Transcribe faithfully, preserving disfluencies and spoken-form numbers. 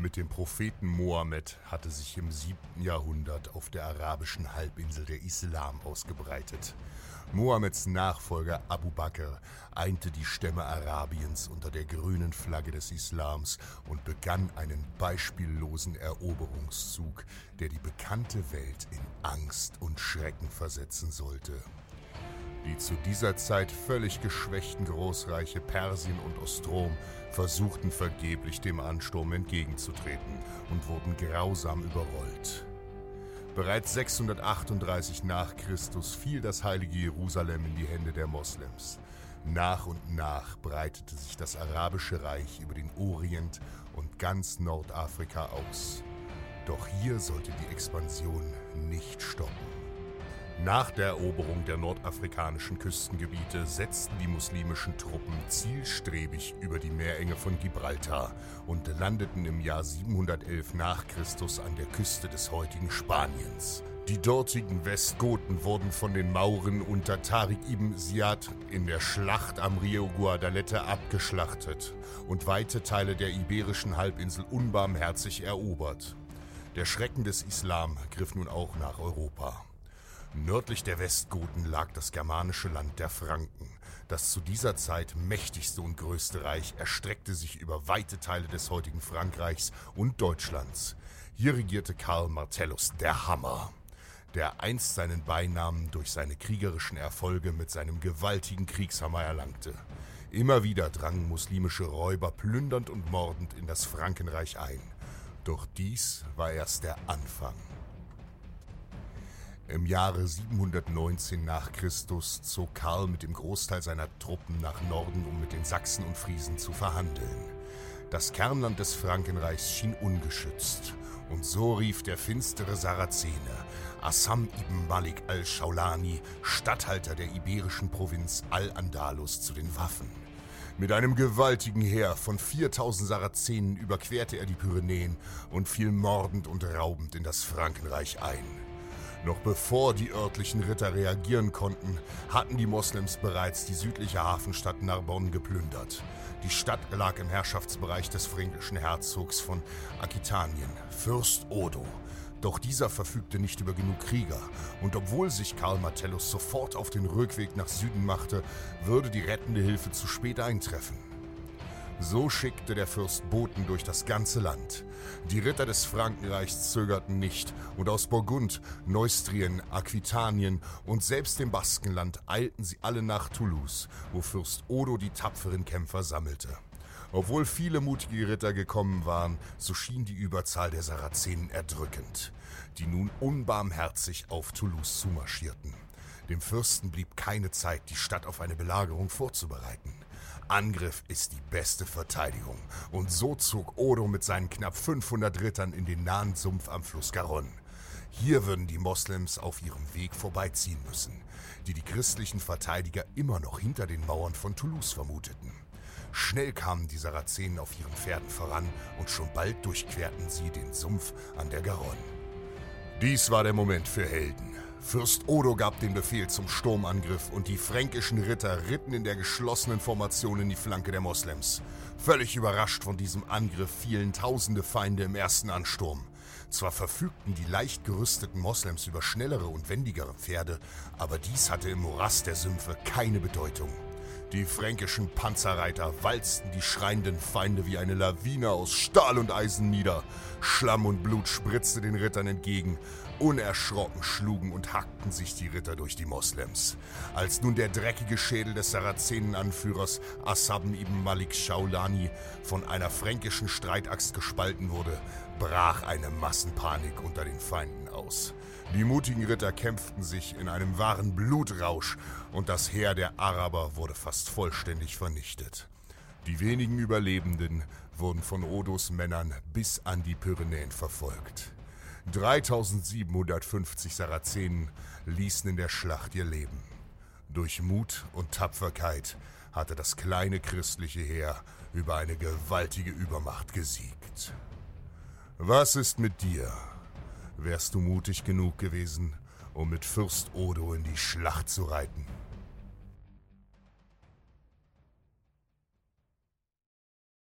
Mit dem Propheten Mohammed hatte sich im siebten Jahrhundert auf der arabischen Halbinsel der Islam ausgebreitet. Mohammeds Nachfolger Abu Bakr einte die Stämme Arabiens unter der grünen Flagge des Islams und begann einen beispiellosen Eroberungszug, der die bekannte Welt in Angst und Schrecken versetzen sollte. Die zu dieser Zeit völlig geschwächten Großreiche Persien und Ostrom versuchten vergeblich dem Ansturm entgegenzutreten und wurden grausam überrollt. Bereits sechshundertachtunddreißig nach Christus fiel das heilige Jerusalem in die Hände der Moslems. Nach und nach breitete sich das arabische Reich über den Orient und ganz Nordafrika aus. Doch hier sollte die Expansion nicht stoppen. Nach der Eroberung der nordafrikanischen Küstengebiete setzten die muslimischen Truppen zielstrebig über die Meerenge von Gibraltar und landeten im Jahr siebenhundertelf nach Christus an der Küste des heutigen Spaniens. Die dortigen Westgoten wurden von den Mauren unter Tariq ibn Ziyad in der Schlacht am Rio Guadalete abgeschlachtet und weite Teile der iberischen Halbinsel unbarmherzig erobert. Der Schrecken des Islam griff nun auch nach Europa. Nördlich der Westgoten lag das germanische Land der Franken. Das zu dieser Zeit mächtigste und größte Reich erstreckte sich über weite Teile des heutigen Frankreichs und Deutschlands. Hier regierte Karl Martellus der Hammer, der einst seinen Beinamen durch seine kriegerischen Erfolge mit seinem gewaltigen Kriegshammer erlangte. Immer wieder drangen muslimische Räuber plündernd und mordend in das Frankenreich ein. Doch dies war erst der Anfang. Im Jahre siebenhundertneunzehn nach Christus zog Karl mit dem Großteil seiner Truppen nach Norden, um mit den Sachsen und Friesen zu verhandeln. Das Kernland des Frankenreichs schien ungeschützt, und so rief der finstere Sarazene, Assam ibn Malik al-Schaulani, Statthalter der iberischen Provinz Al-Andalus, zu den Waffen. Mit einem gewaltigen Heer von viertausend Sarazenen überquerte er die Pyrenäen und fiel mordend und raubend in das Frankenreich ein. Noch bevor die örtlichen Ritter reagieren konnten, hatten die Moslems bereits die südliche Hafenstadt Narbonne geplündert. Die Stadt lag im Herrschaftsbereich des fränkischen Herzogs von Aquitanien, Fürst Odo. Doch dieser verfügte nicht über genug Krieger, und obwohl sich Karl Martellus sofort auf den Rückweg nach Süden machte, würde die rettende Hilfe zu spät eintreffen. So schickte der Fürst Boten durch das ganze Land. Die Ritter des Frankenreichs zögerten nicht, und aus Burgund, Neustrien, Aquitanien und selbst dem Baskenland eilten sie alle nach Toulouse, wo Fürst Odo die tapferen Kämpfer sammelte. Obwohl viele mutige Ritter gekommen waren, so schien die Überzahl der Sarazenen erdrückend, die nun unbarmherzig auf Toulouse zumarschierten. Dem Fürsten blieb keine Zeit, die Stadt auf eine Belagerung vorzubereiten. Angriff ist die beste Verteidigung, und so zog Odo mit seinen knapp fünfhundert Rittern in den nahen Sumpf am Fluss Garonne. Hier würden die Moslems auf ihrem Weg vorbeiziehen müssen, die die christlichen Verteidiger immer noch hinter den Mauern von Toulouse vermuteten. Schnell kamen die Sarazenen auf ihren Pferden voran, und schon bald durchquerten sie den Sumpf an der Garonne. Dies war der Moment für Helden. Fürst Odo gab den Befehl zum Sturmangriff, und die fränkischen Ritter ritten in der geschlossenen Formation in die Flanke der Moslems. Völlig überrascht von diesem Angriff fielen tausende Feinde im ersten Ansturm. Zwar verfügten die leicht gerüsteten Moslems über schnellere und wendigere Pferde, aber dies hatte im Morass der Sümpfe keine Bedeutung. Die fränkischen Panzerreiter walzten die schreienden Feinde wie eine Lawine aus Stahl und Eisen nieder. Schlamm und Blut spritzte den Rittern entgegen. Unerschrocken schlugen und hackten sich die Ritter durch die Moslems. Als nun der dreckige Schädel des Sarazenenanführers Assam ibn Malik Schaulani von einer fränkischen Streitaxt gespalten wurde, brach eine Massenpanik unter den Feinden aus. Die mutigen Ritter kämpften sich in einem wahren Blutrausch, und das Heer der Araber wurde fast vollständig vernichtet. Die wenigen Überlebenden wurden von Odos Männern bis an die Pyrenäen verfolgt. dreitausendsiebenhundertfünfzig Sarazenen ließen in der Schlacht ihr Leben. Durch Mut und Tapferkeit hatte das kleine christliche Heer über eine gewaltige Übermacht gesiegt. Was ist mit dir? Wärst du mutig genug gewesen, um mit Fürst Odo in die Schlacht zu reiten?